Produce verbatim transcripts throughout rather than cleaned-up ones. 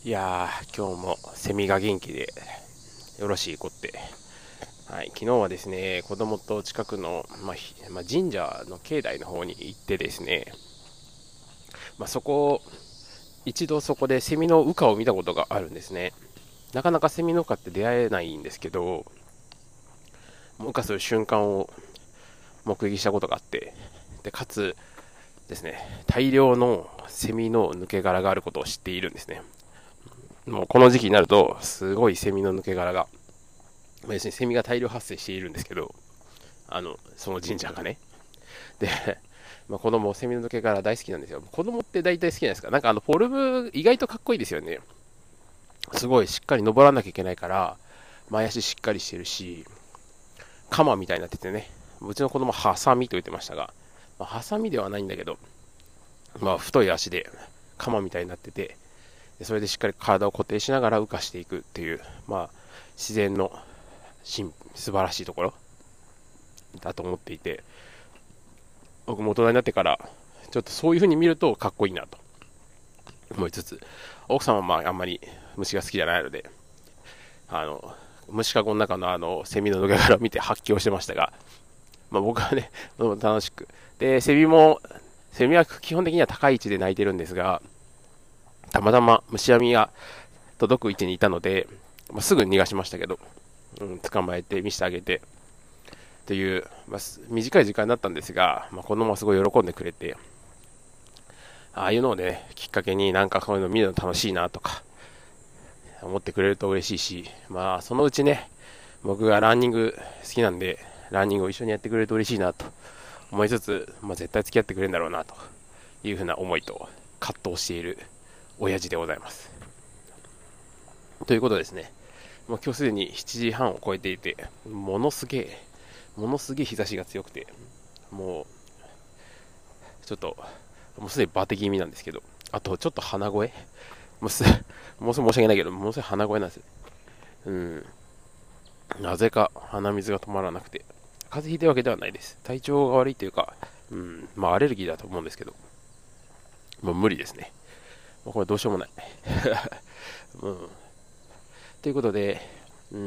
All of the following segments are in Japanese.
いやー、今日もセミが元気でよろしいこって。はい、昨日はですね、子供と近くの、まあひまあ、神社の境内の方に行ってですね、まあ、そこ、一度そこでセミの羽化を見たことがあるんですね。なかなかセミの羽化って出会えないんですけど、羽化する瞬間を目撃したことがあって、でかつですね、大量のセミの抜け殻があることを知っているんですね。もうこの時期になると、すごいセミの抜け殻が、まあ要するにセミが大量発生しているんですけど、あの、その神社がね。で、まあ、子供、セミの抜け殻大好きなんですよ。子供って大体好きじゃないですか。なんかあの、フォルム、意外とかっこいいですよね。すごいしっかり登らなきゃいけないから、前足しっかりしてるし、カマみたいになっててね。うちの子供、ハサミと言ってましたが、まあ、ハサミではないんだけど、まあ、太い足で、カマみたいになってて、それでしっかり体を固定しながら浮かしていくっていう、まあ、自然の素晴らしいところだと思っていて、僕も大人になってからちょっとそういう風に見るとかっこいいなと思いつつ、奥さんはまああんまり虫が好きじゃないので、あの虫かごの中のあのセミの抜け殻を見て発狂してましたが、まあ、僕はね楽しくで、セミもセミは基本的には高い位置で鳴いてるんですが、たまたま虫網が届く位置にいたので、まあ、すぐ逃がしましたけど、うん、捕まえて見せてあげてっていう、まあ、短い時間だったんですが、まあ、子供はすごい喜んでくれて、ああいうのをね、きっかけになんかこういうの見るの楽しいなとか思ってくれると嬉しいし、まあそのうちね、僕がランニング好きなんで、ランニングを一緒にやってくれると嬉しいなと思いつつ、まあ、絶対付き合ってくれるんだろうなというふうな思いと葛藤している親父でございます。ということですね、もう今日すでにしちじはんを超えていて、ものすげえ、ものすげえ日差しが強くて、もう、ちょっと、もうすでにバテ気味なんですけど、あとちょっと鼻声もうす、もうすぐ申し訳ないけど、ものすごい鼻声なんですよ。うん。なぜか鼻水が止まらなくて、風邪ひいてるわけではないです。体調が悪いというか、うん、まあアレルギーだと思うんですけど、もう無理ですね。もうこれどうしようもない。うん。ということで、うん、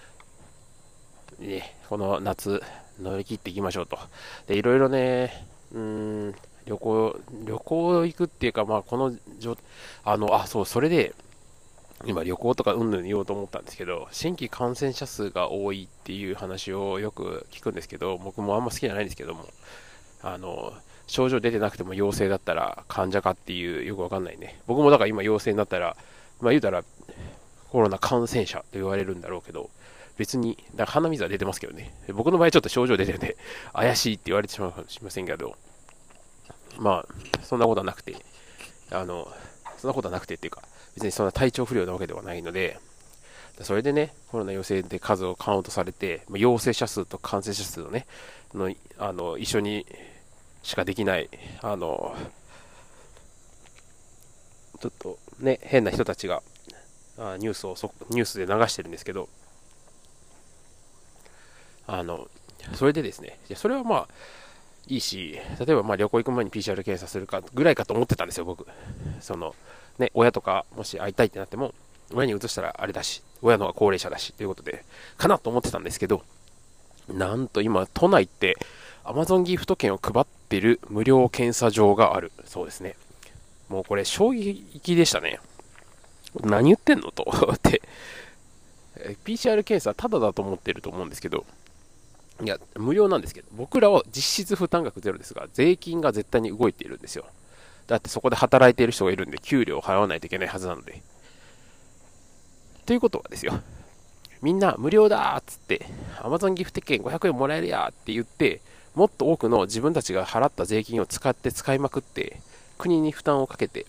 ね、この夏、乗り切っていきましょうと。で、いろいろね、うん、旅行、旅行行くっていうか、まあ、この、あの、あ、そう、それで、今旅行とかうんぬん言おうと思ったんですけど、新規感染者数が多いっていう話をよく聞くんですけど、僕もあんま好きじゃないんですけども、あの、症状出てなくても陽性だったら患者かっていうよくわかんないね。僕もだから今陽性になったら、まあ言うたらコロナ感染者と言われるんだろうけど、別に、だから鼻水は出てますけどね。僕の場合ちょっと症状出てるんで、怪しいって言われてしまうかもしれませんけど、まあ、そんなことはなくて、あの、そんなことはなくてっていうか、別にそんな体調不良なわけではないので、それでね、コロナ陽性で数をカウントされて、陽性者数と感染者数をね、のあの一緒にしかできない、あの、ちょっとね、変な人たちがあニュースをそニュースで流してるんですけど、あの、それでですね、それはまあいいし、例えばまあ旅行行く前に ピーシーアール 検査するかぐらいかと思ってたんですよ、僕。その、ね、親とかもし会いたいってなっても、親に移したらあれだし、親の方が高齢者だしということで、かなと思ってたんですけど、なんと今、都内って Amazon ギフト券を配ってる無料検査場があるそうですね。もうこれ衝撃でしたね。何言ってんのとって、ピーシーアール 検査タダだと思ってると思うんですけど、いや、無料なんですけど、僕らは実質負担額ゼロですが、税金が絶対に動いているんですよ。だってそこで働いている人がいるんで、給料を払わないといけないはずなので。ということはですよ、みんな無料だーっつって、Amazon ギフト券ごひゃくえんもらえるやーって言って、もっと多くの自分たちが払った税金を使って使いまくって、国に負担をかけて、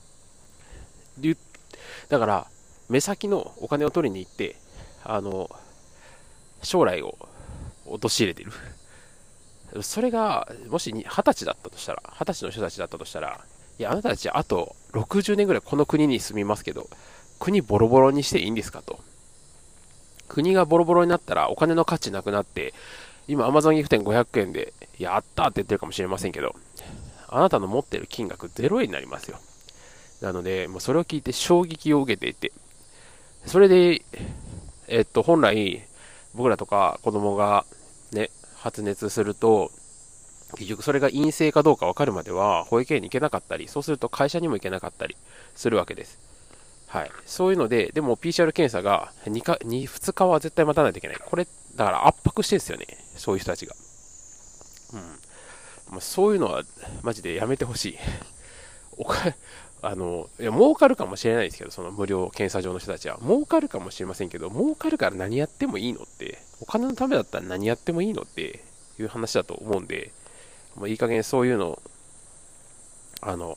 だから、目先のお金を取りに行って、あの、将来を陥れている。それが、もし二十歳だったとしたら、二十歳の人たちだったとしたら、いや、あなたたちあとろくじゅうねんぐらいこの国に住みますけど、国ボロボロにしていいんですかと。国がボロボロになったらお金の価値なくなって、今 Amazon ギフト券ごひゃくえんで、やったって言ってるかもしれませんけど、あなたの持っている金額ゼロ円になりますよ。 なので、もうそれを聞いて衝撃を受けていて、それで、えっと、本来、僕らとか子供がね、発熱すると、結局それが陰性かどうか分かるまでは保育園に行けなかったり、そうすると会社にも行けなかったりするわけです。はい。そういうので、でも ピーシーアール 検査がにかにふつかは絶対待たないといけない。これ、だから圧迫してるんですよね。そういう人たちが。うん。まあ、そういうのはマジでやめてほしい。おかあのいや儲かるかもしれないですけど、その無料検査場の人たちは儲かるかもしれませんけど、儲かるから何やってもいいのって、お金のためだったら何やってもいいのっていう話だと思うんで、もういい加減そういうのあの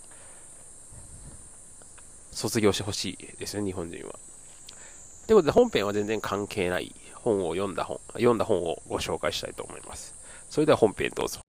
卒業してほしいですね、日本人は。ということで、本編は全然関係ない本を読んだ本読んだ本をご紹介したいと思います。それでは本編どうぞ。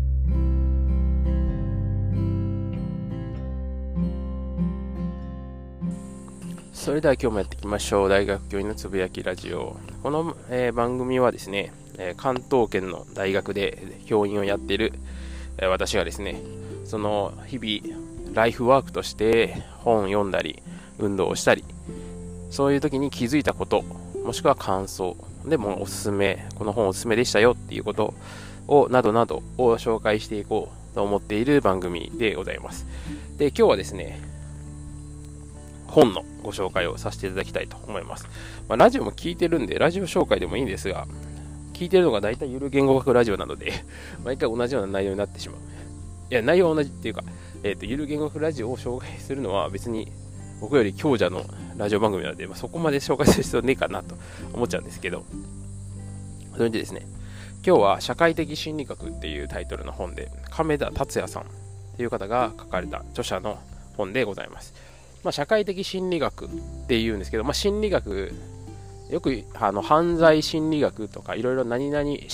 それでは今日もやっていきましょう。大学教員のつぶやきラジオ。この、えー、番組はですね、えー、関東圏の大学で教員をやっている、えー、私がですね、その日々ライフワークとして本を読んだり運動をしたり、そういう時に気づいたこと、もしくは感想でもおすすめ、この本おすすめでしたよっていうことをなどなどを紹介していこうと思っている番組でございます。で、今日はですね、本のご紹介をさせていただきたいと思います。まあ、ラジオも聞いてるんで、ラジオ紹介でもいいんですが、聞いてるのが大体ゆる言語学ラジオなので、毎回同じような内容になってしまう。いや、内容は同じっていうか、えっと、ゆる言語学ラジオを紹介するのは別に僕より強者のラジオ番組なので、まあ、そこまで紹介する必要ねえかなと思っちゃうんですけど、それでですね、今日は社会的心理学っていうタイトルの本で、亀田達也さんっていう方が書かれた著者の本でございます。まあ、社会的心理学っていうんですけど、まあ、心理学、よくあの犯罪心理学とかいろいろ何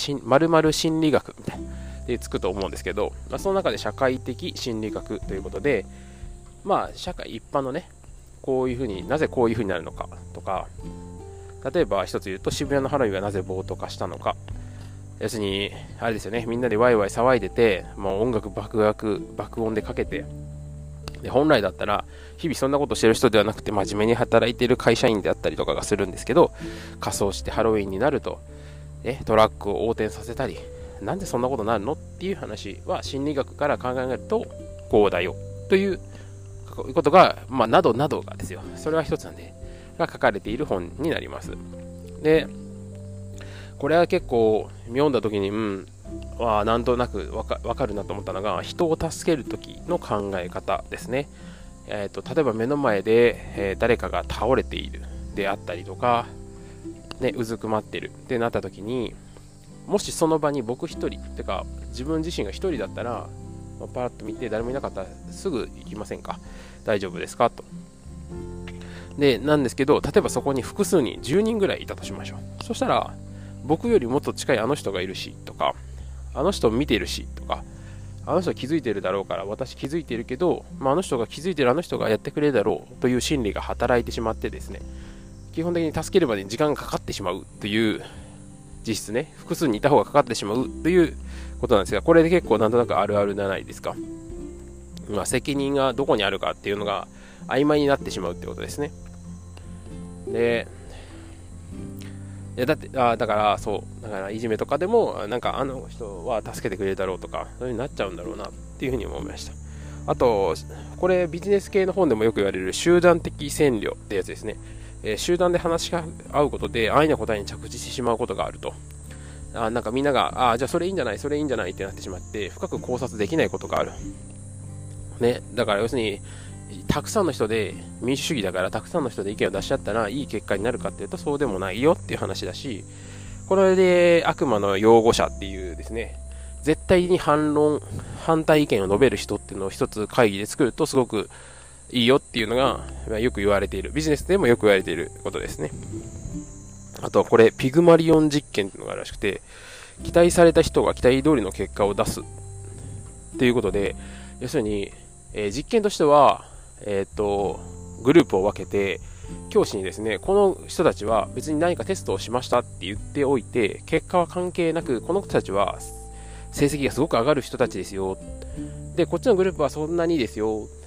々〇〇心理学みたいなでつくと思うんですけど、まあ、その中で社会的心理学ということで、まあ社会一般のね、こういうふうになぜこういうふうになるのかとか、例えば一つ言うと渋谷の花火はなぜ暴徒化したのか、要するにあれですよね、みんなでワイワイ騒いでて、もう音楽爆楽爆音でかけて、で本来だったら日々そんなことしてる人ではなくて真面目に働いている会社員であったりとかがするんですけど、仮装してハロウィンになると、ね、トラックを横転させたり、なんでそんなことになるのっていう話は心理学から考えるとこうだよということが、まあ、などなどがですよ、それは一つなんでが書かれている本になります。でこれは結構読んだ時にうんはなんとなくわ か, かるなと思ったのが、人を助ける時の考え方ですね。えーと、例えば目の前で、えー、誰かが倒れているであったりとか、ね、うずくまっているってなった時に、もしその場に僕一人てか自分自身が一人だったら、まあ、パラッと見て誰もいなかったらすぐ行きませんか、大丈夫ですかと。でなんですけど、例えばそこに複数人じゅうにんぐらいいたとしましょう。そしたら僕よりもっと近いあの人がいるしとか、あの人を見ているしとか、あの人は気づいているだろうから私気づいているけど、まあ、あの人が気づいているあの人がやってくれるだろうという心理が働いてしまってですね、基本的に助けるまでに時間がかかってしまうという実質ね、複数にいた方がかかってしまうということなんですが、これで結構なんとなくあるあるじゃないですか。まあ、責任がどこにあるかっていうのが曖昧になってしまうってことですね。でいやだってあだからそうだからいじめとかでもなんかあの人は助けてくれるだろうとか、そういう風になっちゃうんだろうなっていうふうに思いました。あとこれビジネス系の本でもよく言われる集団的占領ってやつですね。えー、集団で話し合うことで安易な答えに着地してしまうことがあると。あなんかみんながあじゃあそれいいんじゃないそれいいんじゃないってなってしまって深く考察できないことがある、ね、だから要するにたくさんの人で民主主義だからたくさんの人で意見を出し合ったらいい結果になるかっていうとそうでもないよっていう話だし、これで悪魔の擁護者っていうですね、絶対に反論反対意見を述べる人っていうのを一つ会議で作るとすごくいいよっていうのがよく言われている、ビジネスでもよく言われていることですね。あとはこれピグマリオン実験っていうのがあるらしくて、期待された人が期待通りの結果を出すっていうことで、要するに、えー、実験としてはえー、とグループを分けて教師にですね、この人たちは別に何かテストをしましたって言っておいて、結果は関係なくこの人たちは成績がすごく上がる人たちですよ、でこっちのグループはそんなにですよっ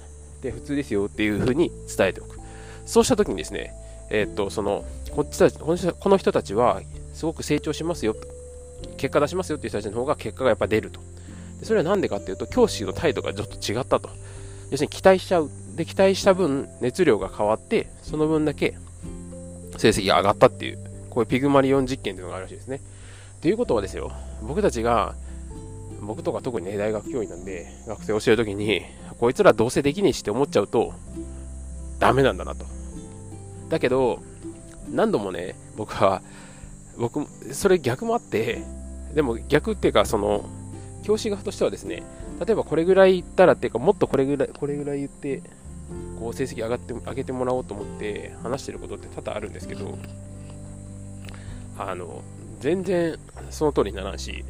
で普通ですよっていうふうに伝えておく。そうしたときにですね、えー、っとそのこっちたちこの人この人たちはすごく成長しますよ、結果出しますよっていう人たちの方が結果がやっぱ出ると。でそれは何でかっていうと、教師の態度がちょっと違ったと。要するに期待しちゃう。で期待した分熱量が変わって、その分だけ成績が上がったっていう、こういうピグマリオン実験というのがあるらしいですね。ということはですよ、僕たちが僕とか特にね、大学教員なんで学生を教えるときに、こいつらどうせできねえしって思っちゃうとダメなんだなと。だけど何度もね、僕は僕それ逆もあって、でも逆っていうか、その教師側としてはですね、例えばこれぐらい言ったらっていうか、もっとこれぐらいこれぐらい言ってこう成績上がって上げてもらおうと思って話してることって多々あるんですけど、あの全然その通りにならんし、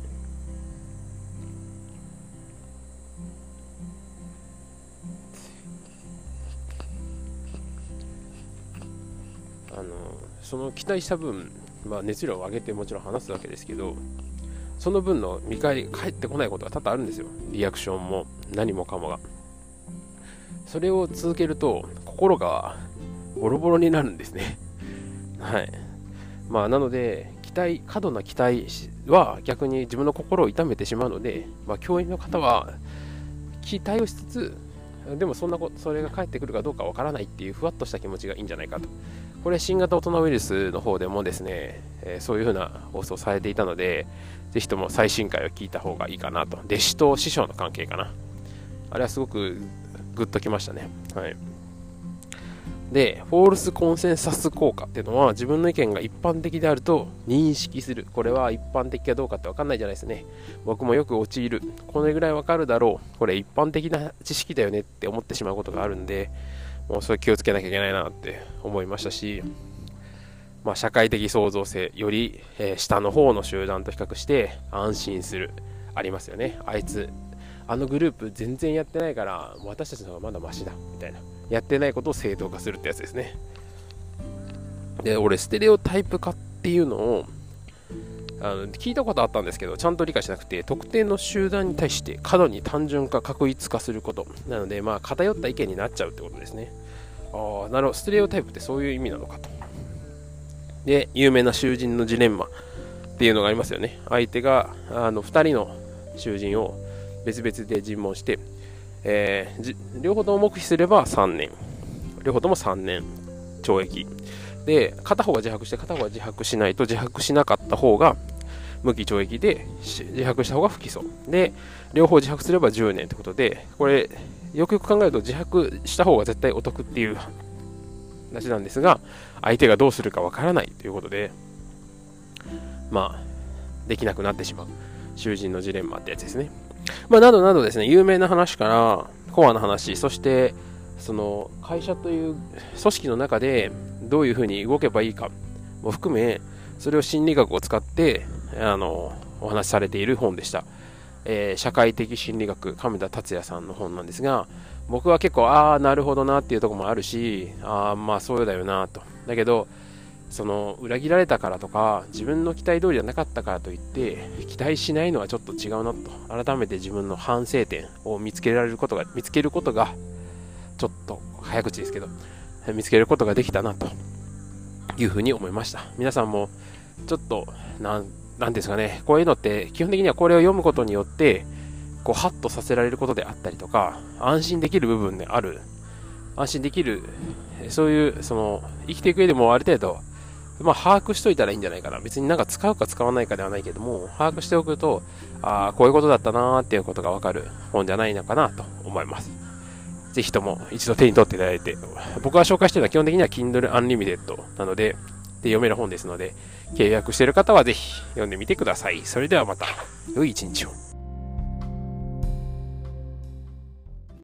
あのその期待した分、まあ、熱量を上げてもちろん話すわけですけど、その分の見返り返ってこないことが多々あるんですよ。リアクションも何もかもが。それを続けると心がボロボロになるんですね。はい。まあなので期待過度な期待は逆に自分の心を痛めてしまうので、まあ、教員の方は期待をしつつ、でもそんなことそれが返ってくるかどうかわからないっていうふわっとした気持ちがいいんじゃないかと。これ新型大人ウイルスの方でもですね、えー、そういうふうな放送されていたので、ぜひとも最新回を聞いた方がいいかなと。弟子と師匠の関係かな。あれはすごくグッときましたね。はい。で、フォールスコンセンサス効果っていうのは、自分の意見が一般的であると認識する。これは一般的かどうかって分かんないじゃないですね。僕もよく陥る。これぐらい分かるだろう。これ一般的な知識だよねって思ってしまうことがあるんで、もうそれ気をつけなきゃいけないなって思いましたし、まあ、社会的創造性より、えー、下の方の集団と比較して安心するありますよね。あいつあのグループ全然やってないから私たちの方がまだマシだみたいな、やってないことを正当化するってやつですね。で、俺ステレオタイプ化っていうのをあの聞いたことあったんですけど、ちゃんと理解しなくて、特定の集団に対して過度に単純化確一化することなので、まあ偏った意見になっちゃうってことですね。ああ、なるほど。ステレオタイプってそういう意味なのかと。で、有名な囚人のジレンマっていうのがありますよね。相手があのふたりの囚人を別々で尋問して、えー、両方とも黙秘すればさんねん、両方ともさんねん懲役で、片方が自白して片方が自白しないと、自白しなかった方が無期懲役で、自白した方が不起訴で、両方自白すればじゅうねんってことで、これよくよく考えると自白した方が絶対お得っていう話なんですが、相手がどうするかわからないということで、まあできなくなってしまう囚人のジレンマってやつですね。まあなどなどですね、有名な話からコアな話、そしてその会社という組織の中でどういうふうに動けばいいかも含め、それを心理学を使ってあのお話しされている本でした。えー、社会的心理学、亀田達也さんの本なんですが、僕は結構ああなるほどなっていうところもあるし、ああまあそうだよなと。だけどその裏切られたからとか自分の期待通りじゃなかったからといって期待しないのはちょっと違うなと、改めて自分の反省点を見つけられることが見つけることがちょっと早口ですけど見つけることができたなというふうに思いました。皆さんもちょっとなんなんですかね、こういうのって基本的にはこれを読むことによってこうハッとさせられることであったりとか、安心できる部分である、安心できるそういうその生きていく上でもある程度まあ把握しといたらいいんじゃないかな。別になんか使うか使わないかではないけども、把握しておくと、ああこういうことだったなーっていうことがわかる本じゃないのかなと思います。ぜひとも一度手に取っていただいて、僕が紹介しているのは基本的には Kindle Unlimited なので、で読める本ですので、契約している方はぜひ読んでみてください。それではまた良い一日を。